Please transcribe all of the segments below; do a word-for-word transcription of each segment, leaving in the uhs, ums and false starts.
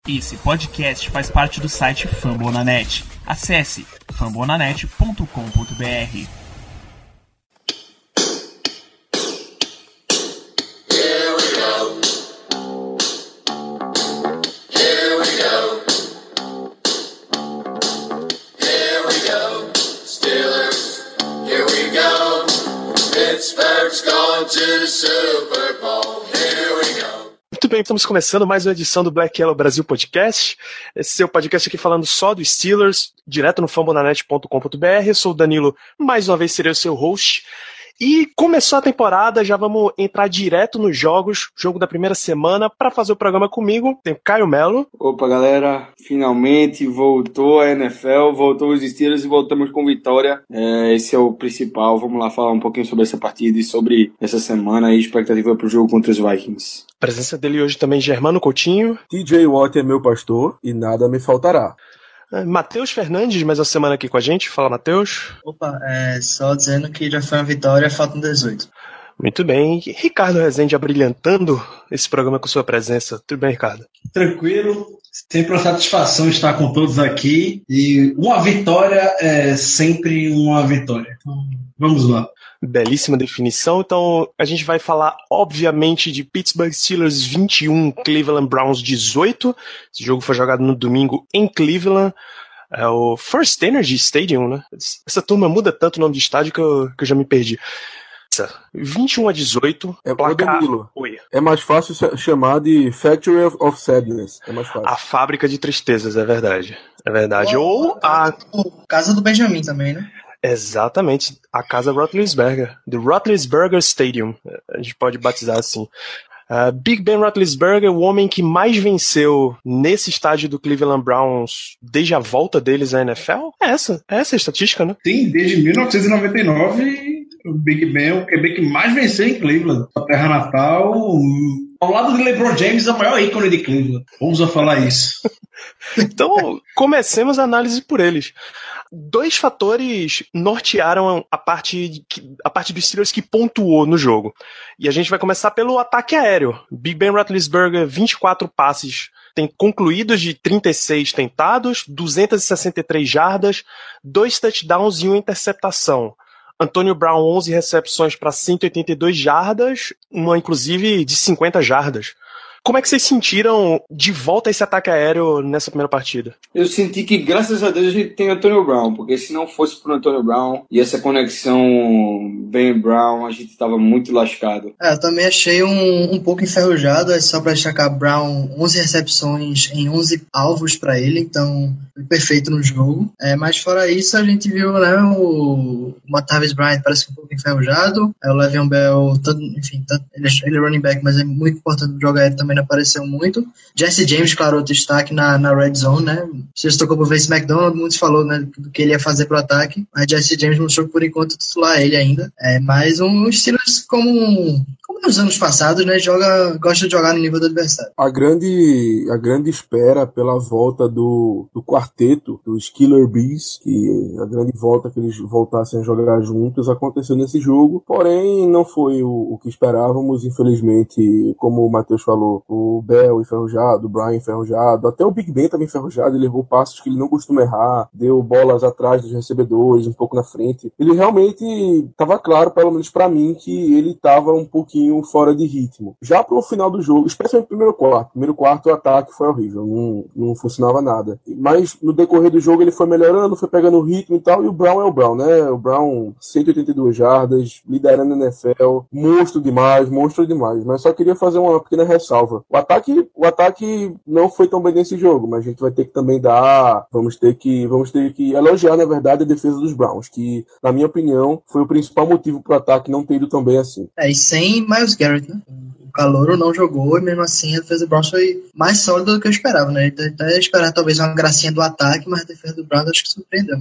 Esse podcast faz parte do site Fambonanet. Acesse fambonanet ponto com ponto b r. Pittsburgh's going to the Super Bowl. Here we go. Muito bem, estamos começando mais uma edição do Black Yellow Brasil Podcast. Esse seu podcast aqui falando só dos Steelers, direto no fambonanet ponto com ponto b r. Eu sou o Danilo, mais uma vez serei o seu host. E começou a temporada, já vamos entrar direto nos jogos, jogo da primeira semana. Para fazer o programa comigo, tem o Caio Melo. Opa, galera, finalmente voltou a N F L, voltou os Steelers e voltamos com vitória. É, esse é o principal. Vamos lá falar um pouquinho sobre essa partida e sobre essa semana e expectativa para o jogo contra os Vikings. Presença dele hoje também, Germano Coutinho. T J Watt é meu pastor e nada me faltará. Matheus Fernandes, mais uma semana aqui com a gente. Fala, Matheus. Opa, é só dizendo que já foi uma vitória, faltam dezoito. Muito bem. Ricardo Rezende abrilhantando esse programa com sua presença. Tudo bem, Ricardo? Tranquilo. Sempre uma satisfação estar com todos aqui. E uma vitória é sempre uma vitória. Então, vamos lá. Belíssima definição. Então, a gente vai falar, obviamente, de Pittsburgh Steelers vinte e um, Cleveland Browns dezoito. Esse jogo foi jogado no domingo em Cleveland. É o First Energy Stadium, né? Essa turma muda tanto o nome de estádio que eu, que eu já me perdi. vinte e um a dezoito. É, placar... Oi. É mais fácil chamar de Factory of, of Sadness. É mais fácil. A fábrica de tristezas, é verdade. É verdade. Oh, Ou a... Casa do Benjamin também, né? Exatamente, a casa Roethlisberger, the Roethlisberger Stadium, a gente pode batizar assim. Uh, Big Ben Roethlisberger, o homem que mais venceu nesse estádio do Cleveland Browns desde a volta deles à N F L? É essa, é essa a estatística, né? Sim, desde mil novecentos e noventa e nove, o Big Ben é o Q B que mais venceu em Cleveland. A terra natal, ao lado de LeBron James, é o maior ícone de Cleveland. Vamos a falar isso. Então, comecemos a análise por eles. Dois fatores nortearam a parte, a parte dos Steelers que pontuou no jogo. E a gente vai começar pelo ataque aéreo. Big Ben Roethlisberger, vinte e quatro passes tem concluídos de trinta e seis tentados, duzentas e sessenta e três jardas, dois touchdowns e uma interceptação. Antonio Brown, onze recepções para cento e oitenta e dois jardas, uma inclusive de cinquenta jardas. Como é que vocês sentiram de volta esse ataque aéreo nessa primeira partida? Eu senti que, graças a Deus, a gente tem o Antonio Brown, porque se não fosse pro Antonio Brown e essa conexão Ben-Brown, a gente estava muito lascado. É, eu também achei um, um pouco enferrujado, é só para destacar Brown, onze recepções em onze alvos para ele, então foi perfeito no jogo. É, mas fora isso, a gente viu, né, o, o Martavis Bryant parece que um pouco enferrujado, é, o Le'Veon Bell, tanto, enfim, tanto, ele, é, ele é running back, mas é muito importante no jogo aéreo também. Também não apareceu muito. Jesse James, claro, outro destaque na, na Red Zone, né? Se tocou pro Vince McDonald, muitos falou, né, do que ele ia fazer pro ataque, mas Jesse James mostrou por enquanto titular ele ainda. É mais um Steelers como, como nos anos passados, né? Joga, gosta de jogar no nível do adversário. A grande, a grande espera pela volta do, do quarteto, dos Killer Bees, que a grande volta que eles voltassem a jogar juntos, aconteceu nesse jogo, porém não foi o, o que esperávamos, infelizmente, como o Matheus falou, o Bell enferrujado, o Brian enferrujado, até o Big Ben estava enferrujado, ele levou passos que ele não costuma errar, deu bolas atrás dos recebedores, um pouco na frente. Ele realmente estava claro, pelo menos para mim, que ele estava um pouquinho fora de ritmo. Já pro final do jogo, especialmente no primeiro quarto, primeiro quarto o ataque foi horrível, não, não funcionava nada. Mas no decorrer do jogo ele foi melhorando, foi pegando o ritmo e tal, e o Brown é o Brown, né? O Brown, cento e oitenta e duas jardas, liderando a N F L, monstro demais, monstro demais. Mas só queria fazer uma pequena ressalva. O ataque, o ataque não foi tão bem nesse jogo, mas a gente vai ter que também dar, vamos ter que, vamos ter que elogiar, na verdade, a defesa dos Browns, que, na minha opinião, foi o principal motivo para o ataque não ter ido tão bem assim. É, e sem Myles Garrett, né? O Calouro não jogou e mesmo assim a defesa do Browns foi mais sólida do que eu esperava, né? Eu até esperava talvez uma gracinha do ataque, mas a defesa do Browns acho que surpreendeu.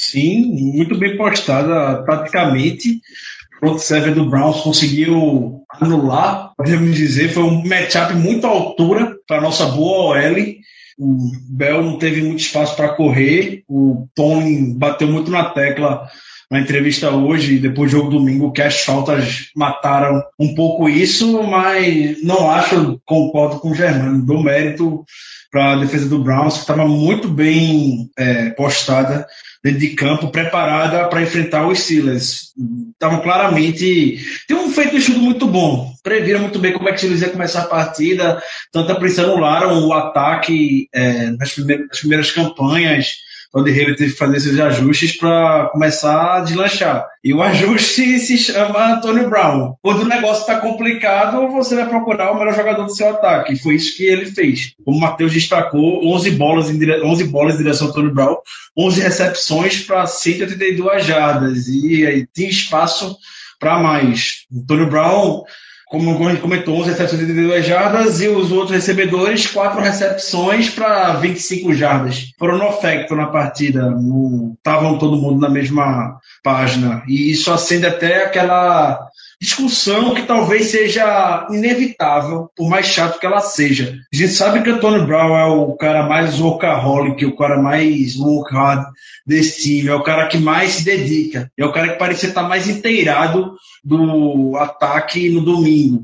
Sim, muito bem postada taticamente. O front seven do Browns conseguiu anular, podemos dizer, foi um matchup muito à altura para a nossa boa O L. O Bell não teve muito espaço para correr, o Tony bateu muito na tecla na entrevista hoje, depois do jogo domingo, que as faltas mataram um pouco isso, mas não acho, concordo com o Germano, dou mérito para a defesa do Browns, que estava muito bem é, postada dentro de campo, preparada para enfrentar os Steelers. Estavam claramente... Tinham feito um estudo muito bom, previram muito bem como é que eles iam começar a partida, tanto anularam o ataque é, nas, primeiras, nas primeiras campanhas. O Todd Haley teve que fazer esses ajustes para começar a deslanchar. E o ajuste se chama Antonio Brown. Quando o negócio está complicado, você vai procurar o melhor jogador do seu ataque. E foi isso que ele fez. Como o Matheus destacou, onze bolas em, dire... onze bolas em direção ao Antonio Brown, onze recepções para cento e oitenta e duas jardas. E aí tinha espaço para mais. O Antonio Brown, como a gente comentou, onze recepções de duas jardas, e os outros recebedores, quatro recepções para vinte e cinco jardas. Foram no effecto na partida, estavam todo mundo na mesma página. E isso acende até aquela discussão que talvez seja inevitável, por mais chato que ela seja. A gente sabe que Antonio Brown é o cara mais workaholic, o cara mais work hard desse time, é o cara que mais se dedica, é o cara que parecia estar mais inteirado do ataque no domingo.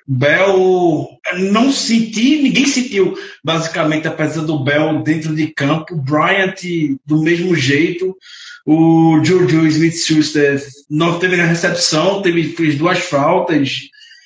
Bell, não senti, ninguém sentiu basicamente a presença do Bell dentro de campo. Bryant do mesmo jeito. O Juju Smith-Schuster não teve na recepção, teve, fez duas faltas.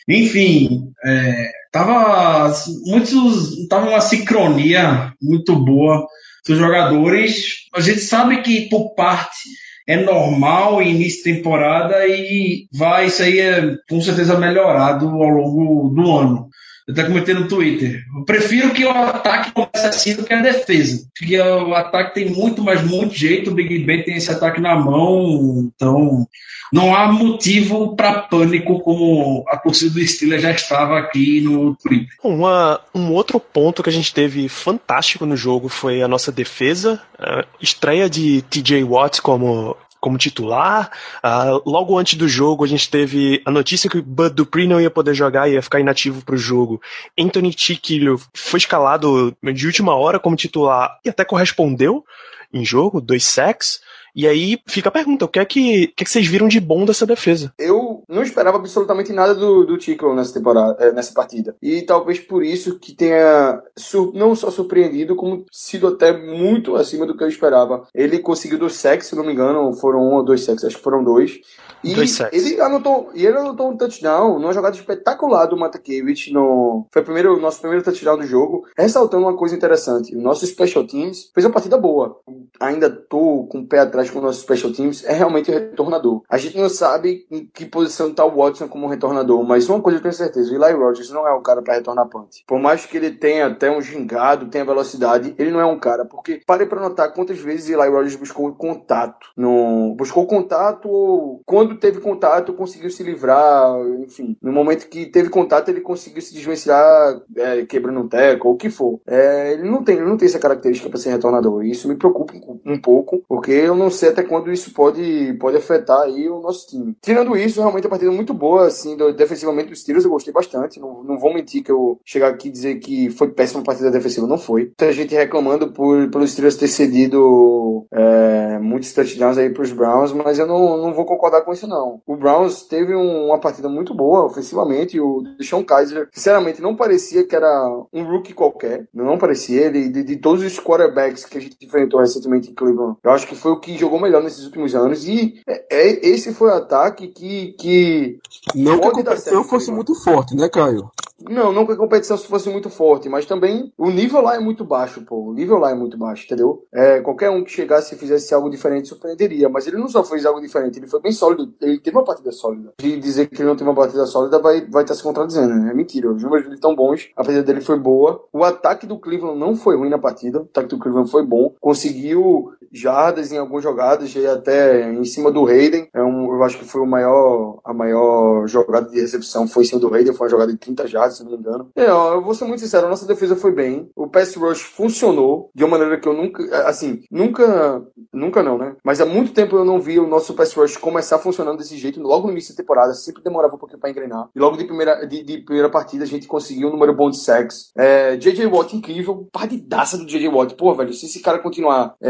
Enfim, é, tava, muitos, tava uma sincronia muito boa dos jogadores. A gente sabe que por parte é normal início de temporada e vai, isso aí é com certeza melhorado ao longo do ano. Eu até comentei no Twitter. Eu prefiro que o ataque comece assim do que a defesa. Porque o ataque tem muito, mas muito jeito. O Big Ben tem esse ataque na mão. Então, não há motivo para pânico como a torcida do Steelers já estava aqui no Twitter. Uma, um outro ponto que a gente teve fantástico no jogo foi a nossa defesa. A estreia de T J Watt como... como titular. Uh, logo antes do jogo, a gente teve a notícia que o Bud Dupree não ia poder jogar, ia ficar inativo para o jogo. Anthony Chiquilho foi escalado de última hora como titular e até correspondeu em jogo, dois sacks. E aí fica a pergunta, o que é que, o que, é que vocês viram de bom dessa defesa? Eu não esperava absolutamente nada do, do Chico nessa temporada, nessa partida. E talvez por isso que tenha sur, não só surpreendido, como sido até muito acima do que eu esperava. Ele conseguiu dois sacks, se não me engano, foram um ou dois sacks, acho que foram dois. E dois ele anotou, e ele anotou um touchdown numa jogada espetacular do Matakevich no foi o primeiro, nosso primeiro touchdown do jogo, ressaltando uma coisa interessante. O nosso Special Teams fez uma partida boa. Ainda tô com o pé atrás com o nosso Special Teams, é realmente o retornador. A gente não sabe em que posição tá o Watson como retornador, mas uma coisa eu tenho certeza, o Eli Rogers não é um cara para retornar punt. Por mais que ele tenha até um gingado, tenha velocidade, ele não é um cara, porque parei para notar quantas vezes Eli Rogers buscou contato. No, buscou contato, ou quando teve contato, conseguiu se livrar, enfim. No momento que teve contato, ele conseguiu se desvencilhar, é, quebrando um teco, ou o que for. É, ele não tem, ele não tem essa característica para ser retornador. E isso me preocupa um, um pouco, porque eu não sei até quando isso pode, pode afetar aí o nosso time. Tirando isso, realmente a partida muito boa, assim, do, defensivamente dos Steelers eu gostei bastante. Não, não vou mentir que eu chegar aqui e dizer que foi péssima a partida defensiva, não foi. Muita gente reclamando por, pelos Steelers ter cedido é, muitos touchdowns aí pros Browns, mas eu não, não vou concordar com isso, não. O Browns teve um, uma partida muito boa ofensivamente, e o Deshaun Kaiser, sinceramente, não parecia que era um rookie qualquer, não parecia. Ele, de, de todos os quarterbacks que a gente enfrentou recentemente em Cleveland, eu acho que foi o que jogou melhor nesses últimos anos, e é, é, esse foi o ataque que... que não que a competição fosse muito forte, né, Caio? Não, não que a competição fosse muito forte, mas também o nível lá é muito baixo, pô. O nível lá é muito baixo, entendeu? É, qualquer um que chegasse e fizesse algo diferente surpreenderia, mas ele não só fez algo diferente, ele foi bem sólido, ele teve uma partida sólida. De dizer que ele não teve uma partida sólida vai vai estar se contradizendo, né? É mentira, os números dele estão bons, a partida dele foi boa. O ataque do Cleveland não foi ruim na partida, o ataque do Cleveland foi bom, conseguiu jardas em algumas jogadas, e até em cima do Hayden, é um, eu acho que foi o maior, a maior jogada de recepção foi em cima do Hayden, foi uma jogada de trinta jardas, se não me engano. É, ó, eu vou ser muito sincero, a nossa defesa foi bem, o pass rush funcionou de uma maneira que eu nunca, assim, nunca, nunca não, né? Mas há muito tempo eu não vi o nosso pass rush começar funcionando desse jeito, logo no início da temporada, sempre demorava um pouquinho pra engrenar, e logo de primeira, de, de primeira partida a gente conseguiu um número bom de sacks. É, J J Watt incrível, partidaça do J J Watt, pô, velho, se esse cara continuar é,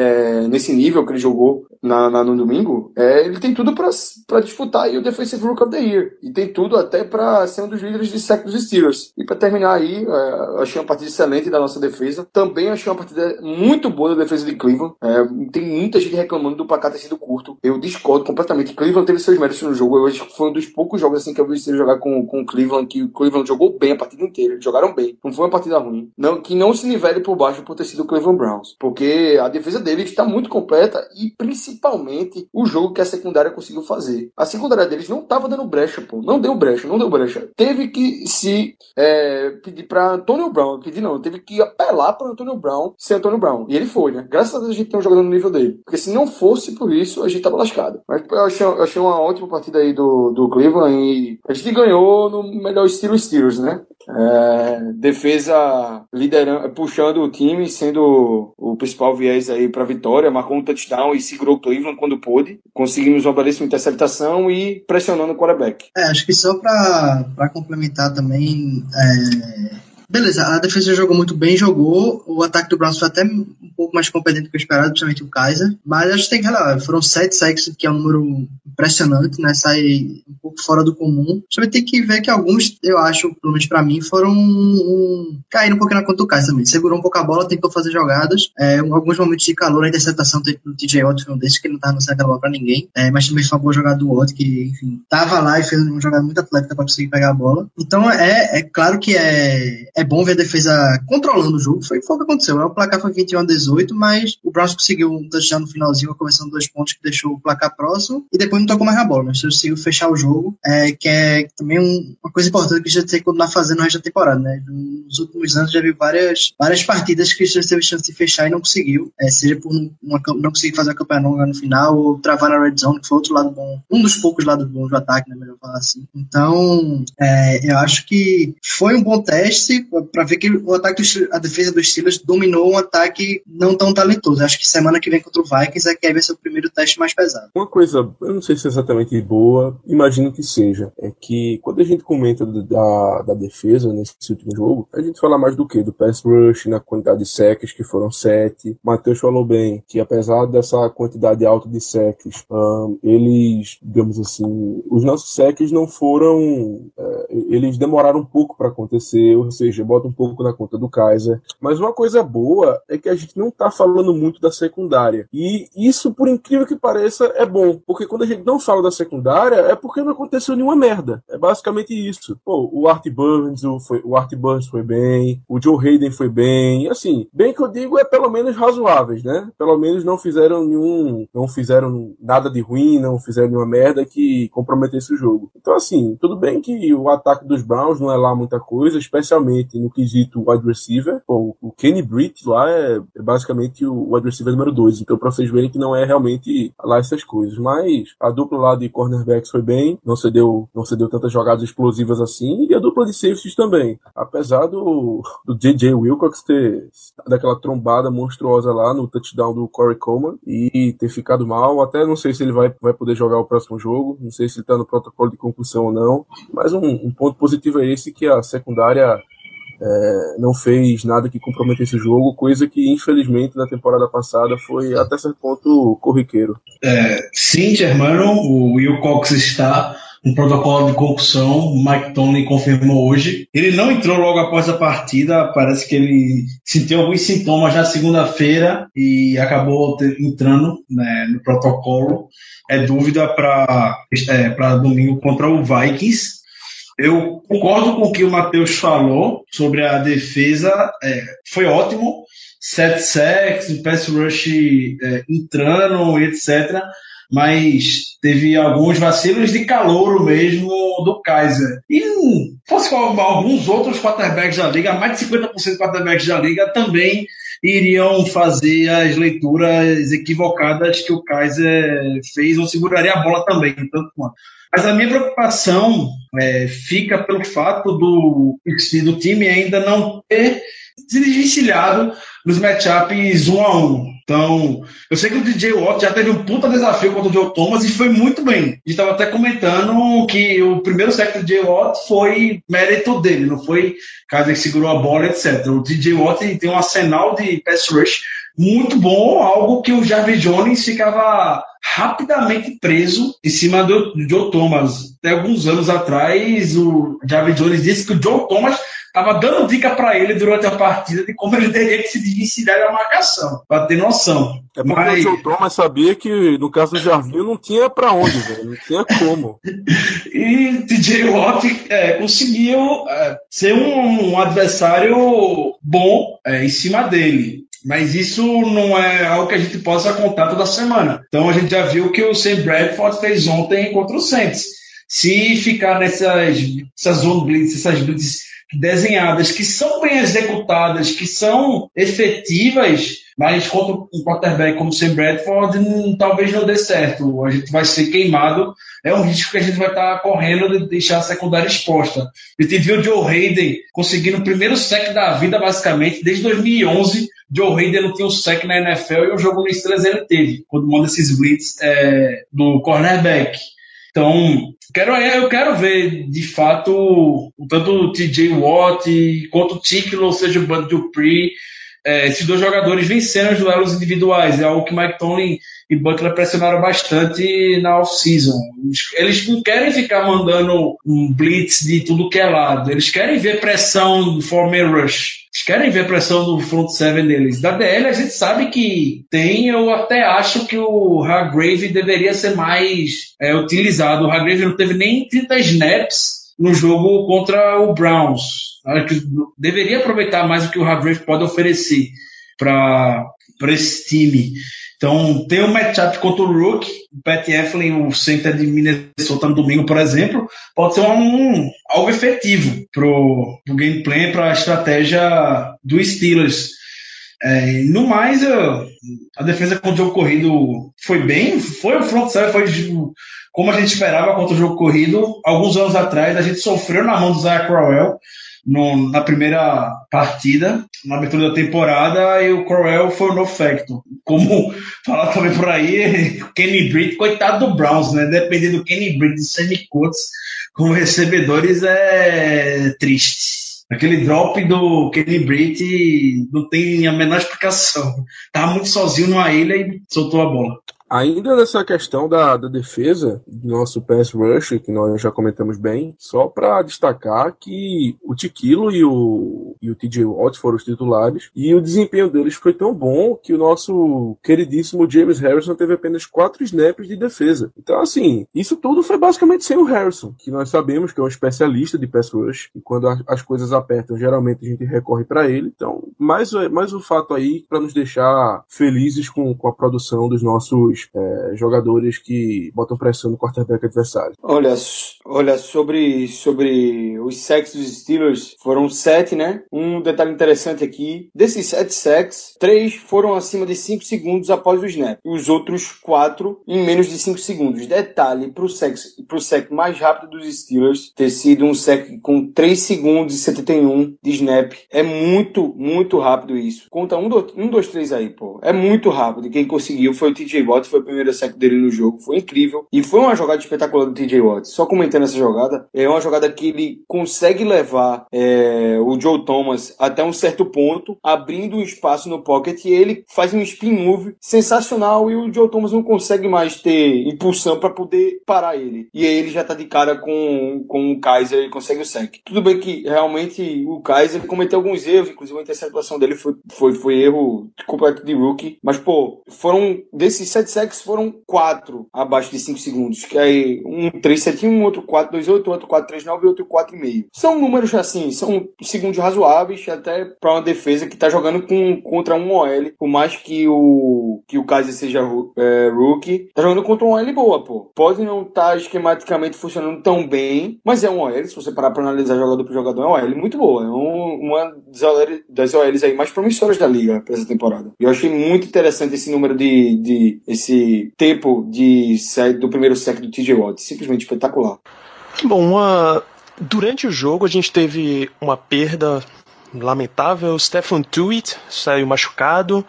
nesse nível que ele jogou na, na, no domingo, é, ele tem tudo para disputar aí o Defensive Rookie of the Year. E tem tudo até para ser um dos líderes de sack dos Steelers. E para terminar aí, é, achei uma partida excelente da nossa defesa. Também achei uma partida muito boa da defesa de Cleveland. É, tem muita gente reclamando do placar ter sido curto. Eu discordo completamente. Cleveland teve seus méritos no jogo. Eu acho que foi um dos poucos jogos assim que eu vi você jogar com, com o Cleveland, que o Cleveland jogou bem a partida inteira. Eles jogaram bem. Não foi uma partida ruim. Não, que não se nivele por baixo por ter sido o Cleveland Browns. Porque a defesa deles está muito completa e principalmente o jogo que a secundária conseguiu fazer. A secundária deles não estava dando brecha, pô. Não deu brecha, não deu brecha. Teve que se é, pedir para Antonio Brown. Pedir não, teve que apelar para Antonio Brown ser Antonio Brown. E ele foi, né? Graças a Deus a gente tem um jogador no nível dele. Porque se não fosse por isso, a gente tava lascado. Mas eu achei, eu achei uma ótima partida aí do, do Cleveland e a gente ganhou no melhor estilo Steelers, né? É, defesa liderando, puxando o time, sendo o principal viés aí para vitória, marcou um touchdown e segurou o Cleveland quando pôde. Conseguimos uma belíssima interceptação e pressionando o quarterback. É, acho que só para complementar também, é... beleza, a defesa jogou muito bem, jogou, o ataque do Browns foi até um pouco mais competente do que o esperado, principalmente o Kaiser, mas acho que tem que relevar, foram sete sacks, que é um número impressionante, né, sai um pouco fora do comum. A gente tem que ver que alguns, eu acho, pelo menos pra mim, foram um... caíram um pouquinho na conta do Kaiser também, segurou um pouco a bola, tentou fazer jogadas, é, alguns momentos de calor, a interceptação do T J Watt foi um desses, que ele não tava lançando aquela bola pra ninguém, é, mas também foi uma boa jogada do Watt, que, enfim, tava lá e fez uma jogada muito atlética pra conseguir pegar a bola. Então, é, é claro que é, é bom ver a defesa controlando o jogo, foi, foi o que aconteceu, né? O placar foi vinte e um a dezoito, mas o Browns conseguiu um touchdown no finalzinho, começando dois pontos que deixou o placar próximo, e depois não tocou mais na bola, mas conseguiu fechar o jogo, é, que é também um, uma coisa importante que a gente tem que continuar fazendo no resto da temporada, né? Nos últimos anos já vi várias, várias partidas que a gente teve chance de fechar e não conseguiu, é, seja por uma, não conseguir fazer a campanha longa no final, ou travar na red zone, que foi outro lado bom, um dos poucos lados bons do ataque, né? Melhor falar assim. Então, é, eu acho que foi um bom teste para ver que o ataque do, a defesa dos Steelers dominou um ataque não tão talentoso. Acho que semana que vem contra o Vikings é que aí vai ser o primeiro teste mais pesado. Uma coisa, eu não sei se é exatamente boa, imagino que seja, é que quando a gente comenta da, da defesa nesse último jogo, a gente fala mais do que? Do pass rush, na quantidade de sacks, que foram sete. Matheus falou bem que apesar dessa quantidade alta de sacks, um, eles, digamos assim, os nossos sacks não foram, é, eles demoraram um pouco para acontecer, ou seja, bota um pouco na conta do Kaiser. Mas uma coisa boa é que a gente não tá falando muito da secundária. E isso, por incrível que pareça, é bom. Porque quando a gente não fala da secundária, é porque não aconteceu nenhuma merda. É basicamente isso. Pô, o Art Burns, o, foi, o Art Burns foi bem, o Joe Hayden foi bem. E assim, bem que eu digo é pelo menos razoáveis, né? Pelo menos não fizeram nenhum, não fizeram nada de ruim, não fizeram nenhuma merda que comprometesse o jogo. Então assim, tudo bem que o ataque dos Browns não é lá muita coisa, especialmente no quesito wide receiver. Pô, o Kenny Britt lá é, é basicamente o wide receiver número dois, então pra vocês verem que não é realmente lá essas coisas, mas a dupla lá de cornerbacks foi bem, não cedeu, não cedeu tantas jogadas explosivas assim, e a dupla de safeties também, apesar do, do J J Wilcox ter daquela trombada monstruosa lá no touchdown do Corey Coleman e ter ficado mal, até não sei se ele vai, vai poder jogar o próximo jogo, não sei se ele tá no protocolo de concussão ou não, mas um, um ponto positivo é esse, que a secundária É, não fez nada que comprometesse o jogo, coisa que infelizmente na temporada passada foi até certo ponto corriqueiro. É, sim, Germano, o Will Cox está no protocolo de concussão, o Mike Tomlin confirmou hoje. Ele não entrou logo após a partida, parece que ele sentiu alguns sintomas já segunda-feira e acabou entrando, né, no protocolo. É dúvida para é, para domingo contra o Vikings. Eu concordo com o que o Matheus falou sobre a defesa, é, foi ótimo, sete sacks, o pass rush é, entrando, etcétera, mas teve alguns vacilos de calouro mesmo do Kaiser. E fosse com alguns outros quarterbacks da liga, mais de cinquenta por cento dos quarterbacks da liga também iriam fazer as leituras equivocadas que o Kaiser fez, ou seguraria a bola também, tanto quanto. Mas a minha preocupação é, fica pelo fato do, do time ainda não ter se desvencilhado nos matchups um a um. Então, eu sei que o D J Watt já teve um puta desafio contra o Joe Thomas e foi muito bem. A gente estava até comentando que o primeiro sack do D J Watt foi mérito dele, não foi Kaiser que segurou a bola, etcétera. O D J Watt tem um arsenal de pass rush muito bom, algo que o Jarvis Jones ficava rapidamente preso em cima do Joe Thomas. Até alguns anos atrás, o Jarvis Jones disse que o Joe Thomas estava dando dica para ele durante a partida de como ele deveria se desvencilhar da marcação, para ter noção. É porque Mas... o Joe Thomas sabia que, no caso do Jarvinho, não tinha para onde, velho. Não tinha como. E T J Watt é, conseguiu é, ser um, um adversário bom é, em cima dele. Mas isso não é algo que a gente possa contar toda semana. Então a gente já viu que o Sam Bradford fez ontem contra o Saints. Se ficar nessas, nessas zone blitz, essas blitz desenhadas, que são bem executadas, que são efetivas, mas contra um quarterback como o Sam Bradford, hum, talvez não dê certo. A gente vai ser queimado. É um risco que a gente vai estar correndo de deixar a secundária exposta. A gente viu o Joe Hayden conseguindo o primeiro sec da vida, basicamente, desde dois mil e onze. Joe Hayden não tinha um sec na N F L e o jogo no Steelers ele teve, quando manda esses blitz é, do cornerback. Então, quero, eu quero ver, de fato, tanto o T J Watt quanto o Tickle, ou seja, o Bud Dupree, é, esses dois jogadores vencendo os duelos individuais. É algo que Mike Tomlin e Butler pressionaram bastante na off-season. Eles não querem ficar mandando um blitz de tudo que é lado. Eles querem ver pressão do four-man rush. Eles querem ver pressão do front seven deles. Da D L a gente sabe que tem, eu até acho que o Hargrave deveria ser mais é, utilizado. O Hargrave não teve nem trinta snaps no jogo contra o Browns. Deveria aproveitar mais o que o Hargrave pode oferecer para esse time. Então, tem um matchup contra o Rook, o Pat Elflein, o center de Minnesota no domingo, por exemplo, pode ser um, algo efetivo para o gameplay, para a estratégia do Steelers. É, no mais, a, a defesa contra o jogo corrido foi bem, foi o front seven, foi como a gente esperava contra o jogo corrido. Alguns anos atrás, a gente sofreu na mão do Zach Crowell, No, na primeira partida, na abertura da temporada, e o Crowell foi o no factor. Como falar também por aí, Kenny Britt, coitado do Browns, né? Depender do Kenny Britt e Sammy Coates como recebedores é triste. Aquele drop do Kenny Britt não tem a menor explicação. Tava muito sozinho numa ilha e soltou a bola. Ainda nessa questão da, da defesa do nosso pass rush, que nós já comentamos bem, só para destacar que o Tiquilo e o, e o T J Watt foram os titulares, e o desempenho deles foi tão bom que o nosso queridíssimo James Harrison teve apenas quatro snaps de defesa. Então, assim, isso tudo foi basicamente sem o Harrison, que nós sabemos que é um especialista de pass rush, e quando a, as coisas apertam, geralmente a gente recorre para ele. Então, mais, mais um fato aí para nos deixar felizes com, com a produção dos nossos É, jogadores que botam pressão no quarterback adversário. Olha, olha sobre, sobre os sacks dos Steelers, foram sete, né? Um detalhe interessante aqui, desses sete sacks, três foram acima de cinco segundos após o snap, e os outros quatro em menos de cinco segundos. Detalhe, pro sack, pro sack mais rápido dos Steelers ter sido um sack com três segundos e setenta e um de snap, é muito, muito rápido isso. Conta um, dois, um, dois, três aí, pô. É muito rápido, e quem conseguiu foi o T J Watt, foi o primeiro sack dele no jogo, foi incrível, e foi uma jogada espetacular do T J Watt. Só comentando essa jogada, é uma jogada que ele consegue levar é, o Joe Thomas até um certo ponto, abrindo um espaço no pocket, e ele faz um spin move sensacional, e o Joe Thomas não consegue mais ter impulsão para poder parar ele, e aí ele já tá de cara com, com o Kaiser e consegue o sack. Tudo bem que realmente o Kaiser cometeu alguns erros, inclusive a interceptação dele foi, foi, foi erro completo de rookie, mas pô, foram desses sete sacks, foram quatro abaixo de cinco segundos, que aí um três sete um, outro quatro dois oito, outro quatro três nove e outro quatro e meio. São números assim, são segundos razoáveis até para uma defesa que tá jogando com, contra um O L, por mais que o que o Kaiser seja é, rookie, tá jogando contra um O L boa, pô. Pode não estar tá esquematicamente funcionando tão bem, mas é um O L, se você parar para analisar jogador por jogador, é um O L muito boa, é um, uma das O Ls aí mais promissoras da liga para essa temporada. E eu achei muito interessante esse número de, de esse tempo de set, do primeiro sec do T J Watt, simplesmente espetacular. Bom, uma... durante o jogo a gente teve uma perda lamentável. Stephen Tuitt saiu machucado.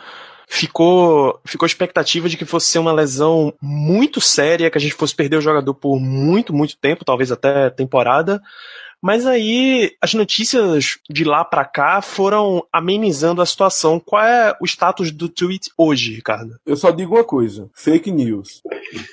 Ficou, ficou a expectativa de que fosse ser uma lesão muito séria, que a gente fosse perder o jogador por muito, muito tempo, talvez até temporada. Mas aí as notícias de lá pra cá foram amenizando a situação. Qual é o status do tweet hoje, Ricardo? Eu só digo uma coisa, fake news.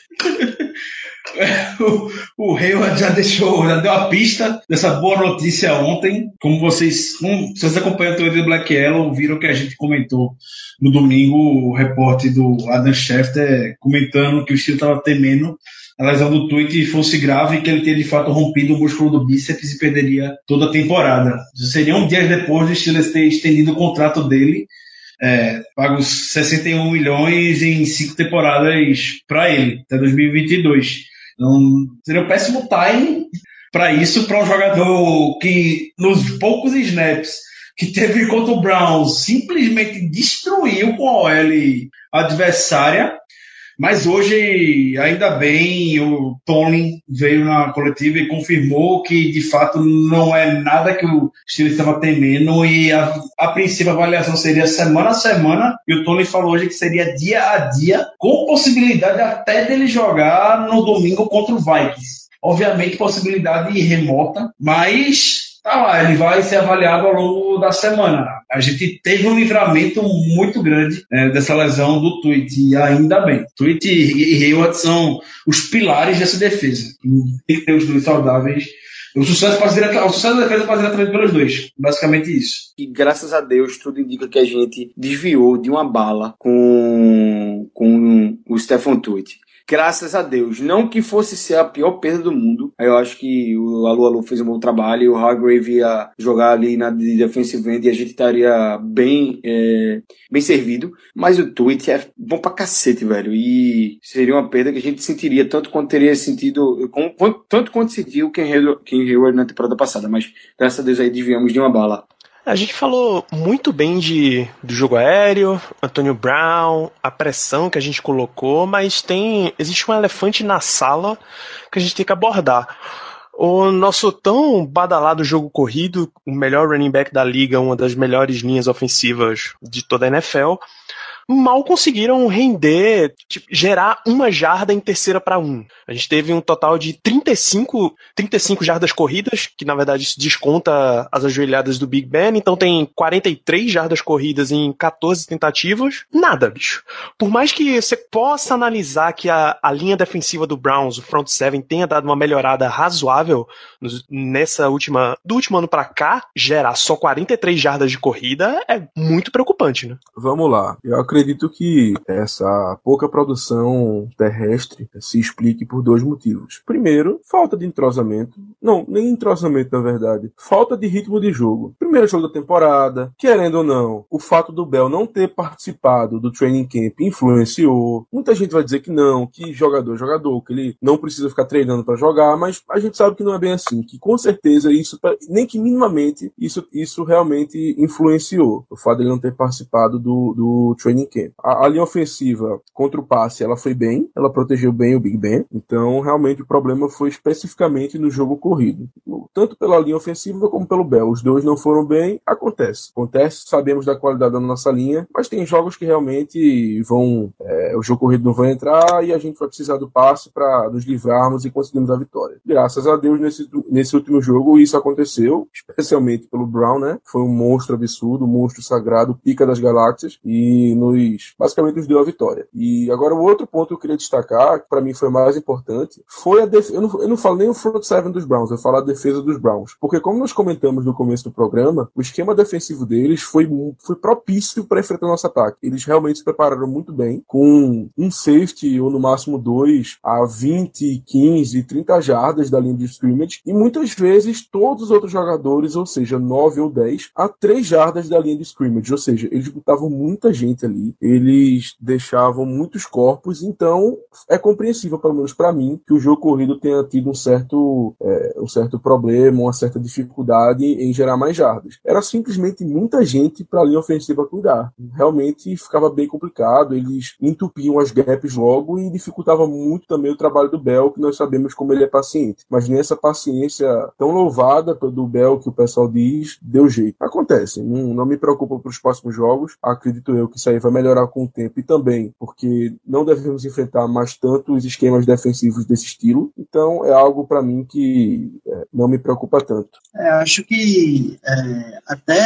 O, o Hayward já deixou, já deu a pista dessa boa notícia ontem. Como vocês, como vocês acompanham o Twitter do Black Yellow, viram que a gente comentou no domingo o repórter do Adam Schefter comentando que o Steelers estava temendo a lesão do tweet fosse grave e que ele teria de fato rompido o músculo do bíceps e perderia toda a temporada. Seriam dias depois do Steelers ter estendido o contrato dele, é, pago sessenta e um milhões em cinco temporadas para ele, até dois mil e vinte e dois. Então, seria um péssimo time para isso, para um jogador que nos poucos snaps que teve contra o Browns simplesmente destruiu com a O L adversária. Mas hoje, ainda bem, o Tomlin veio na coletiva e confirmou que, de fato, não é nada que o Steelers estava temendo e, a, a princípio, a avaliação seria semana a semana e o Tomlin falou hoje que seria dia a dia, com possibilidade até dele jogar no domingo contra o Vikings. Obviamente, possibilidade remota, mas... tá lá, ele vai ser avaliado ao longo da semana. A gente teve um livramento muito grande é, dessa lesão do Tweet, e ainda bem. Tweet e Hayward são os pilares dessa defesa. Tem que ter os dois saudáveis. O sucesso, passa direto, o sucesso da defesa passa diretamente pelos dois. Basicamente isso. E graças a Deus, tudo indica que a gente desviou de uma bala com, com o Stephon Tweet. Graças a Deus. Não que fosse ser a pior perda do mundo. Eu acho que o Alu Alu fez um bom trabalho e o Hargrave ia jogar ali na de defensive end e a gente estaria bem, é, bem servido. Mas o Tweet é bom pra cacete, velho. E seria uma perda que a gente sentiria tanto quanto teria sentido, com, tanto quanto sentiu Ken Hayward na temporada passada. Mas graças a Deus aí desviamos de uma bala. A gente falou muito bem de, do jogo aéreo, Antonio Brown, a pressão que a gente colocou, mas tem existe um elefante na sala que a gente tem que abordar. O nosso tão badalado jogo corrido, o melhor running back da liga, uma das melhores linhas ofensivas de toda a N F L, mal conseguiram render, tipo, gerar uma jarda em terceira para um. A gente teve um total de trinta e cinco, trinta e cinco jardas corridas, que na verdade isso desconta as ajoelhadas do Big Ben, então tem quarenta e três jardas corridas em catorze tentativas. Nada, bicho. Por mais que você possa analisar que a, a linha defensiva do Browns, o front seven, tenha dado uma melhorada razoável nos, nessa última, do último ano para cá, gerar só quarenta e três jardas de corrida é muito preocupante, né? Vamos lá. Eu acredito Acredito que essa pouca produção terrestre se explique por dois motivos. Primeiro, falta de entrosamento. Não, nem entrosamento na verdade. Falta de ritmo de jogo. Primeiro jogo da temporada, querendo ou não, o fato do Bell não ter participado do training camp influenciou. Muita gente vai dizer que não, que jogador é jogador, que ele não precisa ficar treinando para jogar, mas a gente sabe que não é bem assim, que com certeza isso, nem que minimamente, isso, isso realmente influenciou. O fato de ele não ter participado do, do training camp. A, a linha ofensiva contra o passe, ela foi bem, ela protegeu bem o Big Ben, então realmente o problema foi especificamente no jogo corrido, tanto pela linha ofensiva como pelo Bell. Os dois não foram bem, acontece, acontece, sabemos da qualidade da nossa linha, mas tem jogos que realmente vão, é, o jogo corrido não vai entrar e a gente vai precisar do passe para nos livrarmos e conseguirmos a vitória. Graças a Deus nesse, nesse último jogo isso aconteceu, especialmente pelo Brown, né, foi um monstro absurdo, um monstro sagrado, pica das galáxias, e nos basicamente nos deu a vitória. E agora o outro ponto que eu queria destacar, que para mim foi mais importante, foi a defesa. Eu não, eu não falo nem o front seven dos Browns, eu falo a defesa dos Browns. Porque como nós comentamos no começo do programa, o esquema defensivo deles foi, foi propício para enfrentar o nosso ataque. Eles realmente se prepararam muito bem, com um safety ou no máximo dois a vinte, quinze, trinta jardas da linha de scrimmage, e muitas vezes todos os outros jogadores, ou seja, nove ou dez, a três jardas da linha de scrimmage, ou seja, eles botavam muita gente ali, eles deixavam muitos corpos, então é compreensível, pelo menos para mim, que o jogo corrido tenha tido um certo, é, um certo problema, uma certa dificuldade em gerar mais jardas. Era simplesmente muita gente para a linha ofensiva cuidar. Realmente ficava bem complicado, eles entupiam as gaps logo e dificultava muito também o trabalho do Bell, que nós sabemos como ele é paciente. Mas nessa paciência tão louvada do Bell que o pessoal diz, deu jeito. Acontece, não, não me preocupa para os próximos jogos, acredito eu que isso aí vai vai melhorar com o tempo, e também porque não devemos enfrentar mais tantos esquemas defensivos desse estilo. Então é algo para mim que é, não me preocupa tanto. É, acho que é,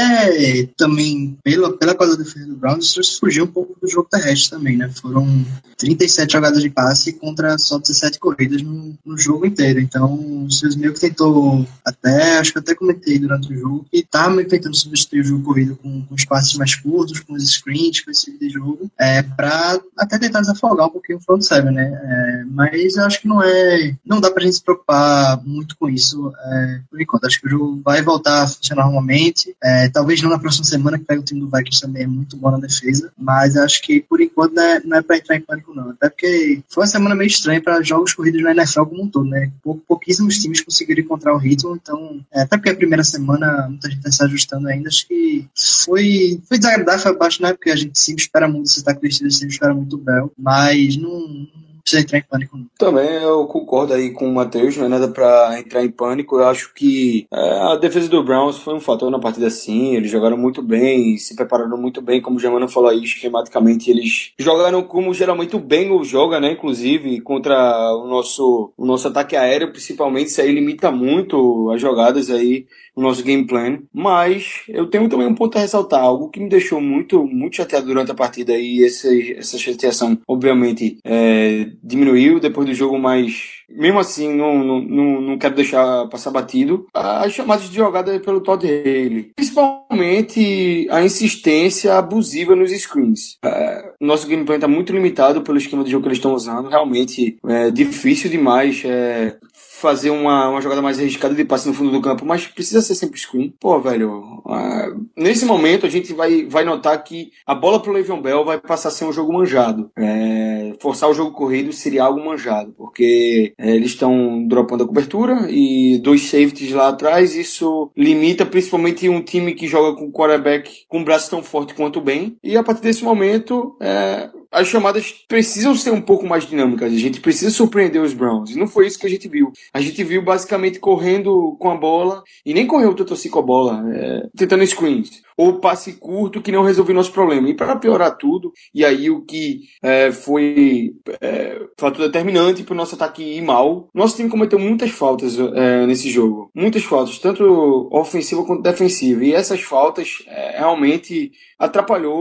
até também pela, pela coisa da defesa do Browns, isso fugiu um pouco do jogo terrestre também, né? Foram trinta e sete jogadas de passe contra só dezessete corridas no, no jogo inteiro. Então o Steelers meio que tentou, até, acho que até comentei durante o jogo, que tá meio tentando substituir o jogo corrido com, com os passes mais curtos, com os screens, com esse tipo de jogo, é, para até tentar desafogar um pouquinho o front seven, né? É, mas eu acho que não é, não dá pra gente se preocupar muito com isso é, por enquanto. Acho que o jogo vai voltar a funcionar normalmente, é, talvez não na próxima semana, que pega o time do Vikings também é muito bom na defesa, mas acho que por enquanto não é, não é pra entrar em pânico não, até porque foi uma semana meio estranha para jogos corridos na N F L como um todo, né? Pou, pouquíssimos times conseguiram encontrar o ritmo, então, é, até porque a primeira semana muita gente está se ajustando ainda, acho que foi, foi desagradável, foi abaixo, né? Porque a gente sempre espera muito, você tá com o Steelers, sempre espera muito o Bell, mas não precisa entrar em pânico não. Também eu concordo aí com o Matheus, não é nada pra entrar em pânico. Eu acho que é, a defesa do Browns foi um fator na partida sim, eles jogaram muito bem, se prepararam muito bem, como o Germano falou aí, esquematicamente eles jogaram como geralmente o Bengals joga, né, inclusive contra o nosso, o nosso ataque aéreo, principalmente, isso aí limita muito as jogadas aí, o nosso game plan, mas eu tenho também um ponto a ressaltar, algo que me deixou muito, muito chateado durante a partida e essa, essa chateação, obviamente, é, diminuiu depois do jogo, mas mesmo assim não, não, não, não quero deixar passar batido as chamadas de jogada pelo Todd Haley, principalmente a insistência abusiva nos screens. É, nosso gameplay está muito limitado pelo esquema de jogo que eles estão usando, realmente é difícil demais é, fazer uma, uma jogada mais arriscada de passe no fundo do campo, mas precisa ser sempre screen. Pô, velho, uh, nesse momento a gente vai, vai notar que a bola pro Le'Veon Bell vai passar a ser um jogo manjado. É, forçar o jogo corrido seria algo manjado, porque é, eles estão dropando a cobertura e dois safeties lá atrás, isso limita principalmente um time que joga com quarterback com um braço tão forte quanto o Ben, e a partir desse momento é, as chamadas precisam ser um pouco mais dinâmicas, a gente precisa surpreender os Browns, e não foi isso que a gente viu. A gente viu basicamente correndo com a bola, e nem correu tanto assim com a bola, é, tentando screens, ou passe curto que não resolveu nosso problema. E para piorar tudo, e aí o que é, foi é, fator determinante para o nosso ataque ir mal, nosso time cometeu muitas faltas é, nesse jogo, muitas faltas, tanto ofensiva quanto defensiva, e essas faltas é, realmente atrapalhou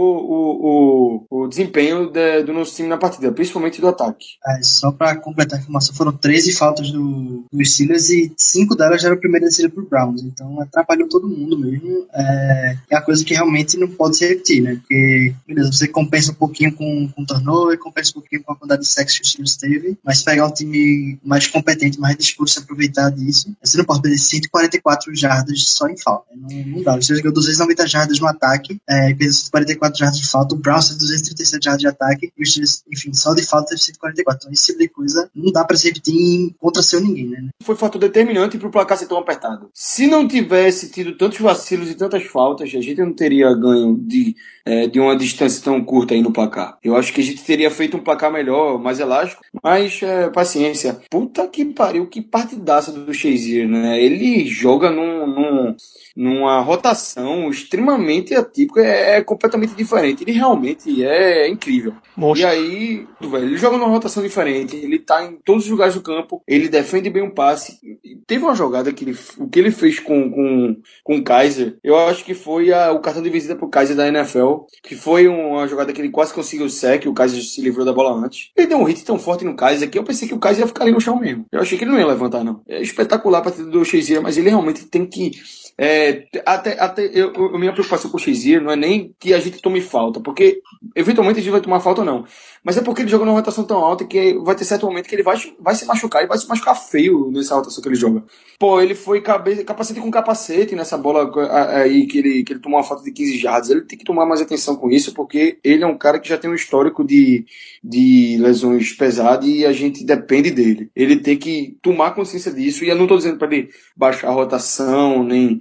o, o, o desempenho de, do nosso time na partida, principalmente do ataque. É, só para completar a informação, foram treze faltas do, do Steelers e cinco delas já eram a primeira descida pro Browns, então atrapalhou todo mundo mesmo. É, é a coisa que realmente não pode se repetir, né? Porque, beleza, você compensa um pouquinho com, com o turnover, compensa um pouquinho com a quantidade de sacks que o Steelers teve, mas pegar um time mais competente, mais disposto a se aproveitar disso, você não pode perder cento e quarenta e quatro jardas só em falta. Não, não dá. O Steelers ganhou duzentas e noventa jardas no ataque, é, e perdeu cento e quarenta e quatro jardas de falta, o Browns teve duzentas e trinta e sete jardas de ataque, e o Steelers, enfim, só de falta teve cento e quarenta e quatro. Então, esse tipo de coisa não dá pra se repetir em contra seu ninguém, né? Foi fator determinante pro placar ser tão apertado. Se não tivesse tido tantos vacilos e tantas faltas, a gente não teria ganho de, é, de uma distância tão curta aí no placar. Eu acho que a gente teria feito um placar melhor, mais elástico, mas é, paciência. Puta que pariu, que partidaça do Shazier, né? Ele joga num, num, numa rotação extremamente atípica, é, é completamente diferente. Ele realmente é incrível. Monstro. E aí, velho, ele joga numa rotação diferente, ele tá em todos os lugares do campo, ele defende bem um passe. Teve uma jogada que ele, o que ele fez com, com, com o Kaiser, eu acho que foi a, o cartão de visita pro Kaiser da N F L, que foi uma jogada que ele quase conseguiu o sec, o Kaiser se livrou da bola antes. Ele deu um hit tão forte no Kaiser que eu pensei que o Kaiser ia ficar ali no chão mesmo. Eu achei que ele não ia levantar, não. É espetacular a partida do Shazier, mas ele realmente tem que... É, até, até eu, eu, minha preocupação com o Shazier não é nem que a gente tome falta, porque eventualmente a gente vai tomar falta ou não, mas é porque ele joga numa rotação tão alta que vai ter certo momento que ele vai, vai se machucar e vai se machucar feio nessa rotação que ele joga. Pô, ele foi cabe, capacete com capacete nessa bola aí que ele, que ele tomou uma falta de quinze jardas. Ele tem que tomar mais atenção com isso, porque ele é um cara que já tem um histórico de, de lesões pesadas e a gente depende dele. Ele tem que tomar consciência disso, e eu não tô dizendo para ele baixar a rotação, nem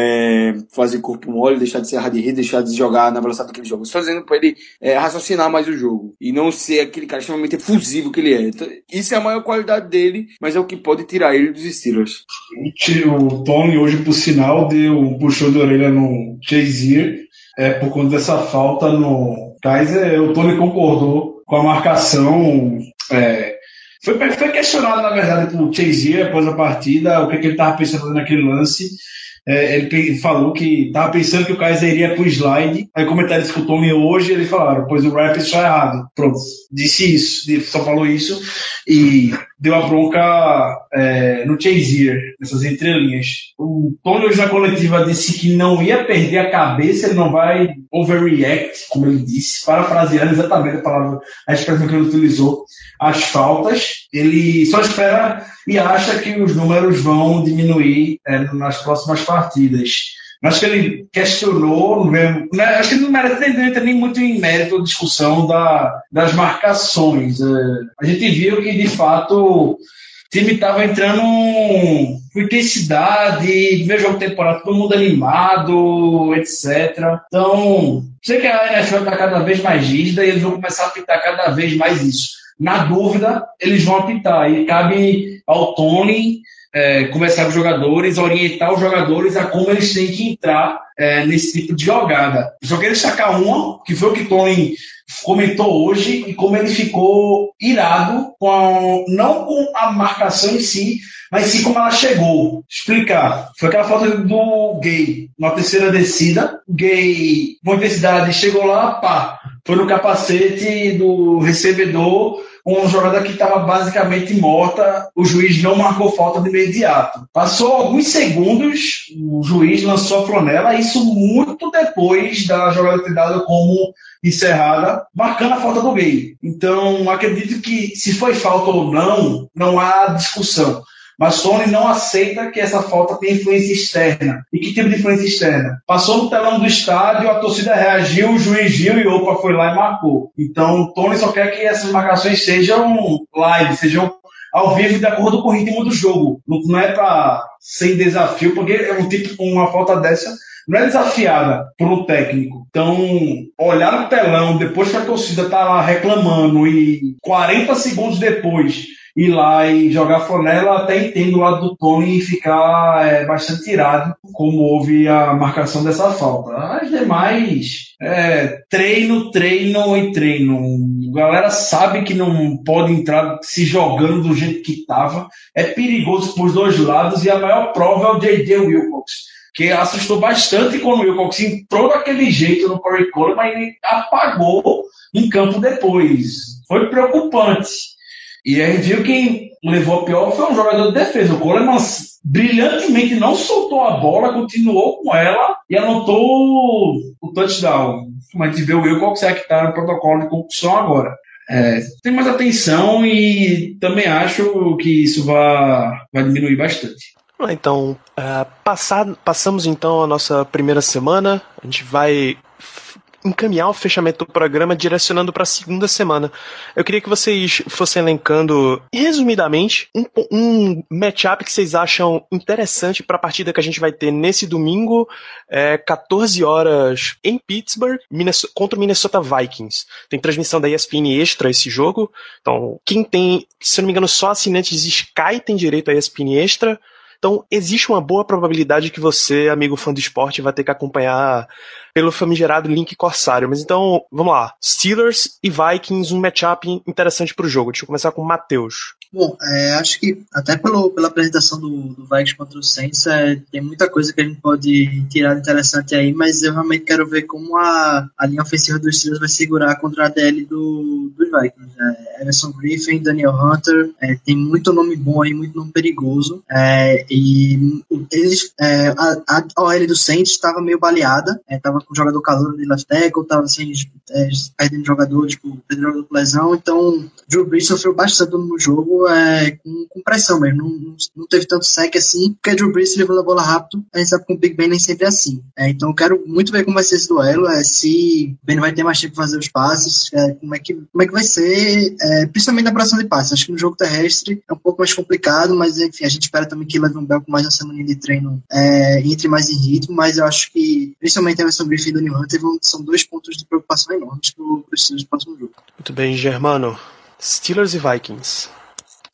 é, fazer corpo mole, deixar de ser hard hit, deixar de jogar na velocidade que ele joga. Estou dizendo para ele é, raciocinar mais o jogo e não ser aquele cara extremamente efusivo que ele é. Então, isso é a maior qualidade dele, mas é o que pode tirar ele dos Steelers. O Tony hoje, por sinal, deu um puxão de orelha no Shazier é, por conta dessa falta no, Kaiser, o Tony concordou com a marcação. É, foi, foi questionado, na verdade, por Chazier após a partida, o que, que ele estava pensando naquele lance. É, ele falou que estava pensando que o Kaiser iria pro slide. Aí comentários que o Tony hoje, eles falaram, pois o Ryan pensou errado. Pronto, disse isso, só falou isso e deu a bronca é, no Chazier, nessas entrelinhas. O Tony hoje na coletiva disse que não ia perder a cabeça, ele não vai overreact, como ele disse, parafraseando exatamente a palavra, a expressão que ele utilizou, as faltas. Ele só espera e acha que os números vão diminuir é, nas próximas partidas. Acho que ele questionou, né, acho que ele não merece nem, nem muito em mérito a discussão da, das marcações. É, a gente viu que, de fato, o time estava entrando com intensidade, primeiro jogo de temporada, todo mundo animado, etcétera. Então, sei que a N F L está cada vez mais rígida e eles vão começar a apitar cada vez mais isso. Na dúvida, eles vão apitar. E cabe ao Tony é, conversar com os jogadores, orientar os jogadores a como eles têm que entrar é, nesse tipo de jogada. Só quero destacar uma, que foi o que o Tony comentou hoje, e como ele ficou irado, com a, não com a marcação em si, mas sim como ela chegou. Explicar. Foi aquela falta do Gay, na terceira descida. O Gay, com intensidade, chegou lá, pá, foi no capacete do recebedor, uma jogada que estava basicamente morta, o juiz não marcou falta de imediato. Passou alguns segundos, o juiz lançou a flanela, isso muito depois da jogada ter dado como encerrada, marcando a falta do Gay. Então, acredito que se foi falta ou não, não há discussão. Mas Tony não aceita que essa falta tenha influência externa. E que tipo de influência externa? Passou no telão do estádio, a torcida reagiu, o juiz viu e opa, foi lá e marcou. Então, Tony só quer que essas marcações sejam live, sejam ao vivo de acordo com o ritmo do jogo. Não é para ser desafio, porque é um tipo, uma falta dessa não é desafiada por um técnico. Então, olhar no telão, depois que a torcida está lá reclamando e quarenta segundos depois ir lá e jogar flanela, até entendo o lado do Tony e ficar é, bastante irado, como houve a marcação dessa falta. As demais, é, treino, treino e treino. A galera sabe que não pode entrar se jogando do jeito que estava. É perigoso para os dois lados e a maior prova é o J J Wilcox, que assustou bastante quando o Wilcox entrou daquele jeito no Corey Coleman, mas ele apagou em campo depois. Foi preocupante. E a gente viu que quem levou a pior foi um jogador de defesa. O Coleman brilhantemente não soltou a bola, continuou com ela e anotou o touchdown. Como a gente vê o Wilcox é que está no protocolo de concussão agora. É, tem mais atenção e também acho que isso vai, vai diminuir bastante. Então, uh, passar, passamos então a nossa primeira semana. A gente vai encaminhar o fechamento do programa direcionando para a segunda semana. Eu queria que vocês fossem elencando, resumidamente, um, um matchup que vocês acham interessante para a partida que a gente vai ter nesse domingo, é, quatorze horas em Pittsburgh, Minnesota, contra o Minnesota Vikings. Tem transmissão da E S P N Extra esse jogo, então quem tem, se não me engano, só assinantes Sky tem direito a E S P N Extra. Então, existe uma boa probabilidade que você, amigo fã do esporte, vai ter que acompanhar pelo famigerado link Corsário. Mas então, vamos lá. Steelers e Vikings, um matchup interessante para o jogo. Deixa eu começar com o Matheus. Bom, é, acho que até pelo, pela apresentação do, do Vikings contra o Saints, é, tem muita coisa que a gente pode tirar de interessante aí, mas eu realmente quero ver como a, a linha ofensiva dos Steelers vai segurar contra a D L do, dos Vikings. É, Everson Griffin, Daniel Hunter, é, tem muito nome bom aí, muito nome perigoso. É, e eles, é, a, a O L do Saints estava meio baleada, estava é, com o jogador calor de left tackle, estava assim, é, perdendo jogador, tipo, perdendo jogador por lesão, então Drew Brees sofreu bastante no jogo, é, com, com pressão mesmo, não, não teve tanto sec assim, porque Drew Brees levou a bola rápido, a gente sabe que com o Big Ben nem sempre é assim. É, então eu quero muito ver como vai ser esse duelo, é, se Ben vai ter mais tempo para fazer os passes, é, como, é que, como é que vai ser, é, principalmente na pressão de passes. Acho que no jogo terrestre é um pouco mais complicado, mas enfim, a gente espera também que Le'Veon Bell com mais uma semana de treino é, entre mais em ritmo, mas eu acho que principalmente a Everson Griffin e Daniel Hunter são dois pontos de preocupação enormes para o Steelers no próximo jogo. Muito bem, Germano. Steelers e Vikings.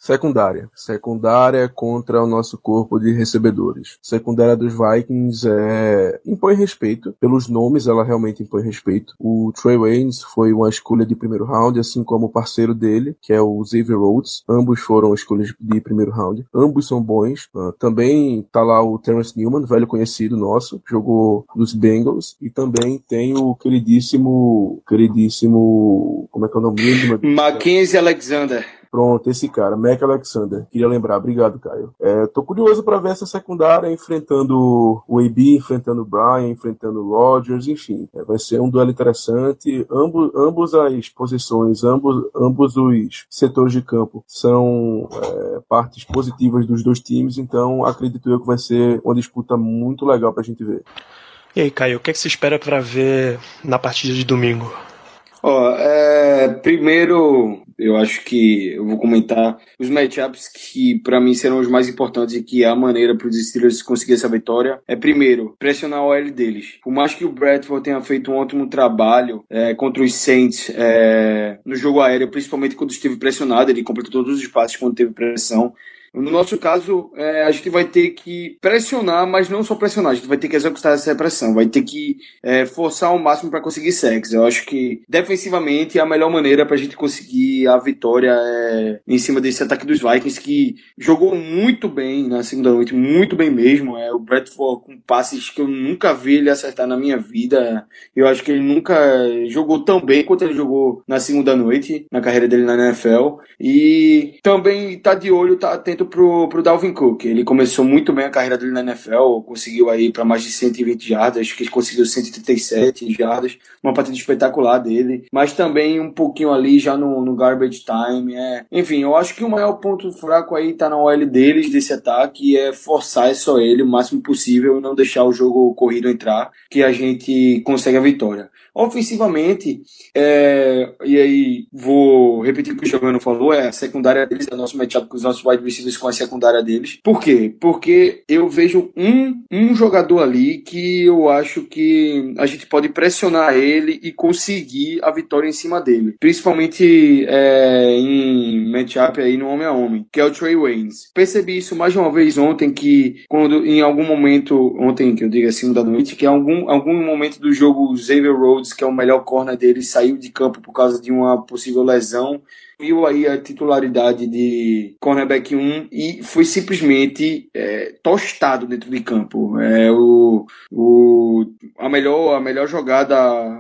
Secundária. Secundária contra o nosso corpo de recebedores. Secundária dos Vikings é... impõe respeito. Pelos nomes, ela realmente impõe respeito. O Trey Waynes foi uma escolha de primeiro round, assim como o parceiro dele, que é o Xavier Rhodes. Ambos foram escolhas de primeiro round. Ambos são bons. Uh, também tá lá o Terrence Newman, velho conhecido nosso. Jogou nos Bengals. E também tem o queridíssimo... Queridíssimo... Como é que é o nome dele? Mackenzie Alexander. Pronto, esse cara, Mac Alexander. Queria lembrar, obrigado, Caio. É, tô curioso para ver essa secundária enfrentando o A B, enfrentando o Brian, enfrentando o Rodgers, enfim. É, vai ser um duelo interessante. Ambos, ambos as posições, ambos, ambos os setores de campo são é, partes positivas dos dois times, então acredito eu que vai ser uma disputa muito legal pra gente ver. E aí, Caio, o que, é que você espera para ver na partida de domingo? Ó, é, primeiro, eu acho que eu vou comentar os matchups que para mim serão os mais importantes e que é a maneira para os Steelers conseguir essa vitória. É primeiro, pressionar o O L deles. Por mais que o Bradford tenha feito um ótimo trabalho é, contra os Saints é, no jogo aéreo, principalmente quando esteve pressionado, ele completou todos os passes quando teve pressão. No nosso caso, é, a gente vai ter que pressionar, mas não só pressionar, a gente vai ter que executar essa pressão, vai ter que é, forçar ao máximo para conseguir sacks. Eu acho que defensivamente a melhor maneira para a gente conseguir a vitória é em cima desse ataque dos Vikings, que jogou muito bem na segunda noite, muito bem mesmo. É, o Bradford com passes que eu nunca vi ele acertar na minha vida. Eu acho que ele nunca jogou tão bem quanto ele jogou na segunda noite, na carreira dele na N F L. E também tá de olho, tá atento pro, pro Dalvin Cook. Ele começou muito bem a carreira dele na N F L, conseguiu aí para mais de cento e vinte jardas, acho que ele conseguiu cento e trinta e sete jardas, uma partida espetacular dele, mas também um pouquinho ali já no, no garbage time. É. Enfim, eu acho que o maior ponto fraco aí tá na O L deles, desse ataque, é forçar só ele o máximo possível e não deixar o jogo corrido entrar, que a gente consegue a vitória. Ofensivamente, é, e aí vou repetir o que o Giovanni falou, é a secundária deles, é o nosso matchup com os nossos wide receivers com a secundária deles. Por quê? Porque eu vejo um, um jogador ali que eu acho que a gente pode pressionar ele e conseguir a vitória em cima dele. Principalmente é, em matchup aí no homem a homem, que é o Trey Waynes. Percebi isso mais de uma vez ontem, que quando em algum momento, ontem que eu digo assim da noite, que em algum, algum momento do jogo o Xavier Rhodes, que é o melhor corner dele, saiu de campo por causa de uma possível lesão, viu aí a titularidade de cornerback um e foi simplesmente é, tostado dentro de campo. É, o, o, a, melhor, a melhor jogada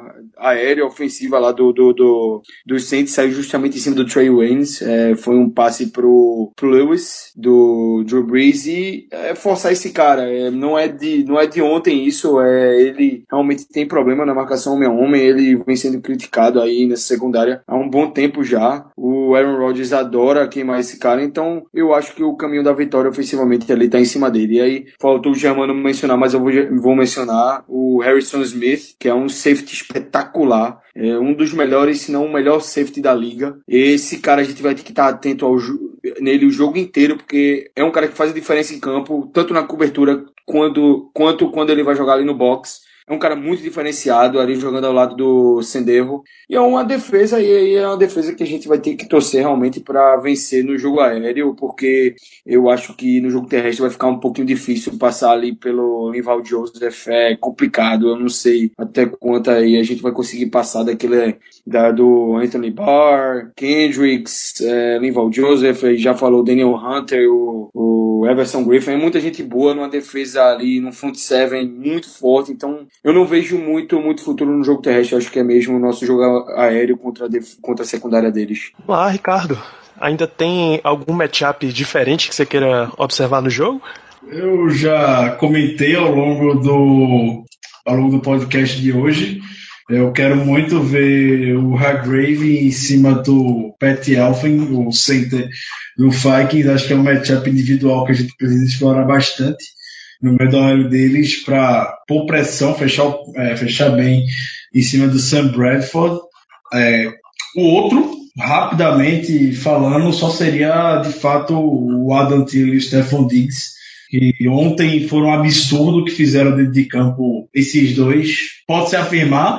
aérea ofensiva lá do, do, do, do Saints saiu justamente em cima do Trey Waynes. É, foi um passe pro, pro Lewis, do Drew Brees, e é, forçar esse cara. É, não, é de, não é de ontem isso, é, ele realmente tem problema na marcação homem a homem, ele vem sendo criticado aí nessa secundária há um bom tempo já. O Aaron Rodgers adora queimar esse cara, então eu acho que o caminho da vitória ofensivamente ali tá em cima dele. E aí faltou o Germano mencionar, mas eu vou, vou mencionar o Harrison Smith, que é um safety espetacular, é um dos melhores, se não o melhor safety da liga. Esse cara a gente vai ter que estar atento ao, nele o jogo inteiro, porque é um cara que faz a diferença em campo, tanto na cobertura quando, quanto quando ele vai jogar ali no box. É um cara muito diferenciado ali jogando ao lado do Sendejo. E é uma defesa, e aí é uma defesa que a gente vai ter que torcer realmente para vencer no jogo aéreo, porque eu acho que no jogo terrestre vai ficar um pouquinho difícil passar ali pelo Linval Joseph. É complicado, eu não sei até quanto aí a gente vai conseguir passar daquele da, do Anthony Barr, Kendricks, é, Linval Joseph, aí já falou Daniel Hunter, o, o Everson Griffin. É muita gente boa numa defesa ali, no front seven muito forte, então eu não vejo muito, muito futuro no jogo terrestre. Eu acho que é mesmo o nosso jogo aéreo contra a, def... contra a secundária deles. Olá, Ricardo. Ainda tem algum matchup diferente que você queira observar no jogo? Eu já comentei ao longo do, ao longo do podcast de hoje. Eu quero muito ver o Hargrave em cima do Pat Elflein, o center do Vikings. Acho que é um matchup individual que a gente precisa explorar bastante no meio da hora deles para pôr pressão, fechar, é, fechar bem em cima do Sam Bradford. É, o outro, rapidamente falando, só seria de fato o Adam Thielen e o Stephon Diggs, que ontem foram um absurdo que fizeram dentro de campo esses dois. Pode-se afirmar,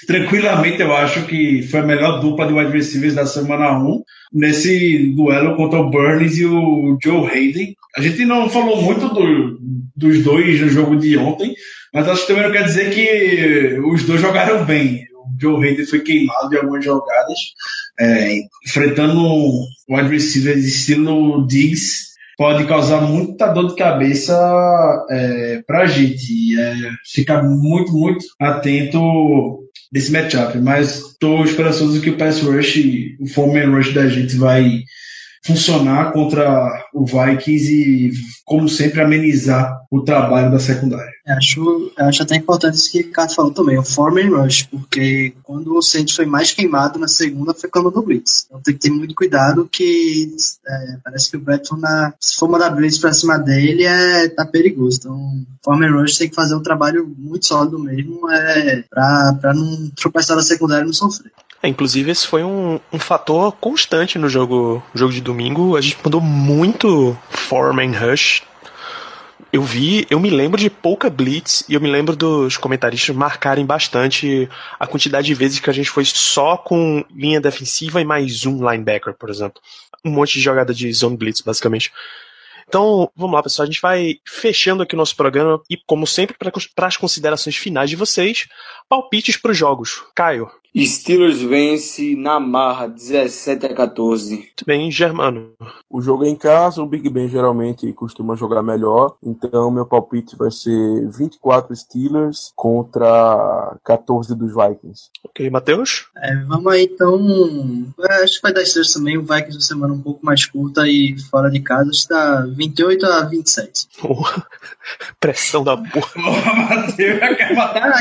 tranquilamente eu acho que foi a melhor dupla de wide receivers da semana um, nesse duelo contra o Burns e o Joe Hayden. A gente não falou muito do, dos dois no jogo de ontem, mas acho que também não quer dizer que os dois jogaram bem. O Joe Hayden foi queimado em algumas jogadas, é, enfrentando um wide receiver de estilo Diggs, pode causar muita dor de cabeça é, pra gente. É, ficar muito, muito atento desse matchup. Mas estou esperançoso que o pass rush, o foreman rush da gente vai funcionar contra o Vikings e, como sempre, amenizar o trabalho da secundária. Eu acho, eu acho até importante isso que o Ricardo falou também, o foreman rush, porque quando o Saints foi mais queimado na segunda foi quando do blitz. Então tem que ter muito cuidado que é, parece que o Bradford, na, se for mandar blitz pra cima dele, é, tá perigoso. Então o foreman rush tem que fazer um trabalho muito sólido mesmo é, pra, pra não tropeçar na secundária e não sofrer. É, inclusive, esse foi um, um fator constante no jogo, jogo de domingo. A gente mandou muito foreman rush. Eu vi, eu me lembro de pouca blitz e eu me lembro dos comentaristas marcarem bastante a quantidade de vezes que a gente foi só com linha defensiva e mais um linebacker, por exemplo. Um monte de jogada de zone blitz, basicamente. Então, vamos lá, pessoal, a gente vai fechando aqui o nosso programa e, como sempre, para as considerações finais de vocês, palpites para os jogos. Caio. Steelers vence na marra, dezessete a quatorze. Muito bem, Germano. O jogo é em casa, o Big Ben geralmente costuma jogar melhor, então meu palpite vai ser vinte e quatro Steelers contra quatorze dos Vikings. Ok, Matheus? É, vamos aí então, acho que vai dar Steelers também, o Vikings uma semana um pouco mais curta e fora de casa está vinte e oito a vinte e sete. Oh, pressão da porra. Matheus quer matar.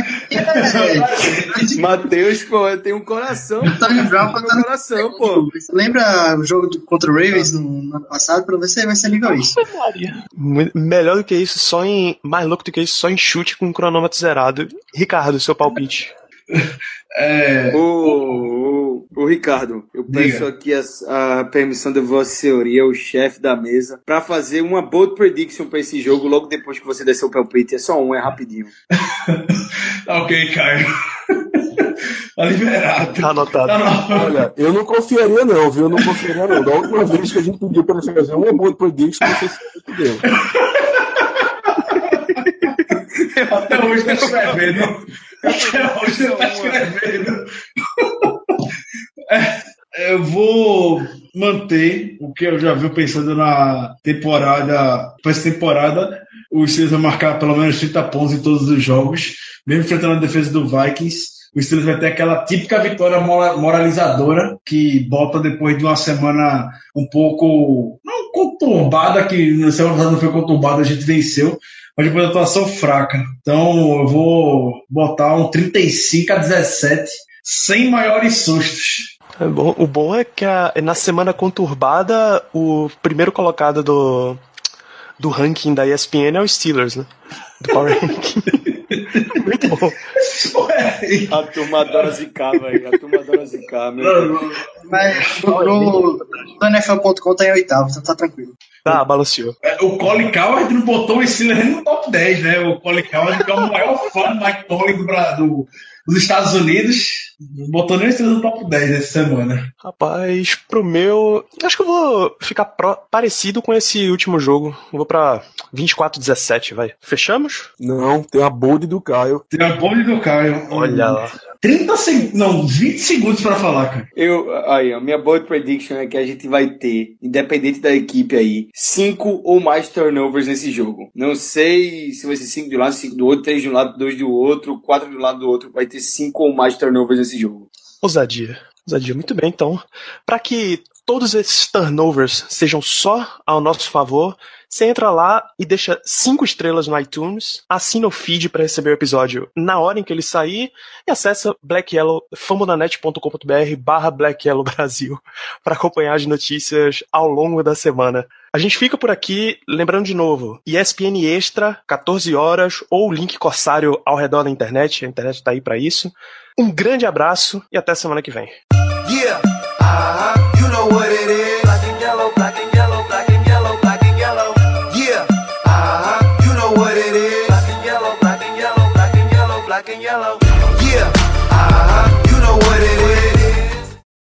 Matheus, pô, tem um coração. Tony Brown tem um coração, pô. Você lembra o jogo do, contra o Ravens no, no ano passado? Pra você vai ser nível isso. Melhor do que isso, só em. Mais louco do que isso, só em chute com o cronômetro zerado. Ricardo, seu palpite. É... O, o, o Ricardo, eu peço Diga. aqui a, a permissão da Vossa Senhoria, o chefe da mesa, pra fazer uma bold prediction pra esse jogo logo depois que você der seu palpite. É só um, é rapidinho. Ok, Caio. Tá liberado. Tá anotado. Tá no... Olha, eu não confiaria não, viu? Eu não confiaria não. Da última vez que a gente pediu pra ele fazer uma boa prediction, você se deu. Até hoje tá escrevendo. Até hoje tá escrevendo. É, eu vou manter o que eu já vi pensando na temporada. Para essa temporada, o Steelers vai marcar pelo menos trinta pontos em todos os jogos, mesmo enfrentando a defesa do Vikings. O Steelers vai ter aquela típica vitória moralizadora que bota depois de uma semana um pouco não conturbada, que na semana passada não foi conturbada, a gente venceu, mas depois da atuação fraca. Então eu vou botar um trinta e cinco a dezessete sem maiores sustos. É bom, o bom é que a, na semana conturbada o primeiro colocado do, do ranking da E S P N é o Steelers, né? Do Power Ranking. Muito bom. A turma adora zicar, velho. A turma adora zicar, meu. Mas o N F L ponto com tá em oitavo, então tá tranquilo. Tá, balanceou. O Colin Cowherd não botou o Steelers no top dez, né? O Colin Cowherd, que é o maior fã do Mike Tomlin do, do, dos Estados Unidos, botou nem o Steelers no top dez essa semana. Rapaz, pro meu... Acho que eu vou ficar pro, parecido com esse último jogo. Vou pra vinte e quatro a dezessete, vai. Fechamos? Não, tem a bold do Caio. Tem a bold do Caio. Olha lá. trinta segundos, não, vinte segundos pra falar, cara. Eu, aí, a minha bold prediction é que a gente vai ter, independente da equipe aí, cinco ou mais turnovers nesse jogo. Não sei se vai ser cinco de um lado, cinco do outro, três de um lado, dois do outro, quatro de um lado do outro. Vai ter cinco ou mais turnovers nesse jogo. Ousadia. Ousadia, muito bem. Então, para que todos esses turnovers sejam só ao nosso favor, você entra lá e deixa cinco estrelas no iTunes, assina o feed para receber o episódio na hora em que ele sair e acessa black yellow fambonanet ponto com ponto b r barra black yellow Brasil para acompanhar as notícias ao longo da semana. A gente fica por aqui, lembrando de novo, E S P N Extra, quatorze horas, ou link corsário ao redor da internet, a internet está aí para isso. Um grande abraço e até semana que vem. Yeah, uh-huh. You know what it is. Black and yellow, black and yellow, black and yellow, black and yellow. Yeah, uh-huh. You know what it is. Black and yellow, black and yellow, black and yellow, black and yellow. Yeah. Uh-huh, you know what it is.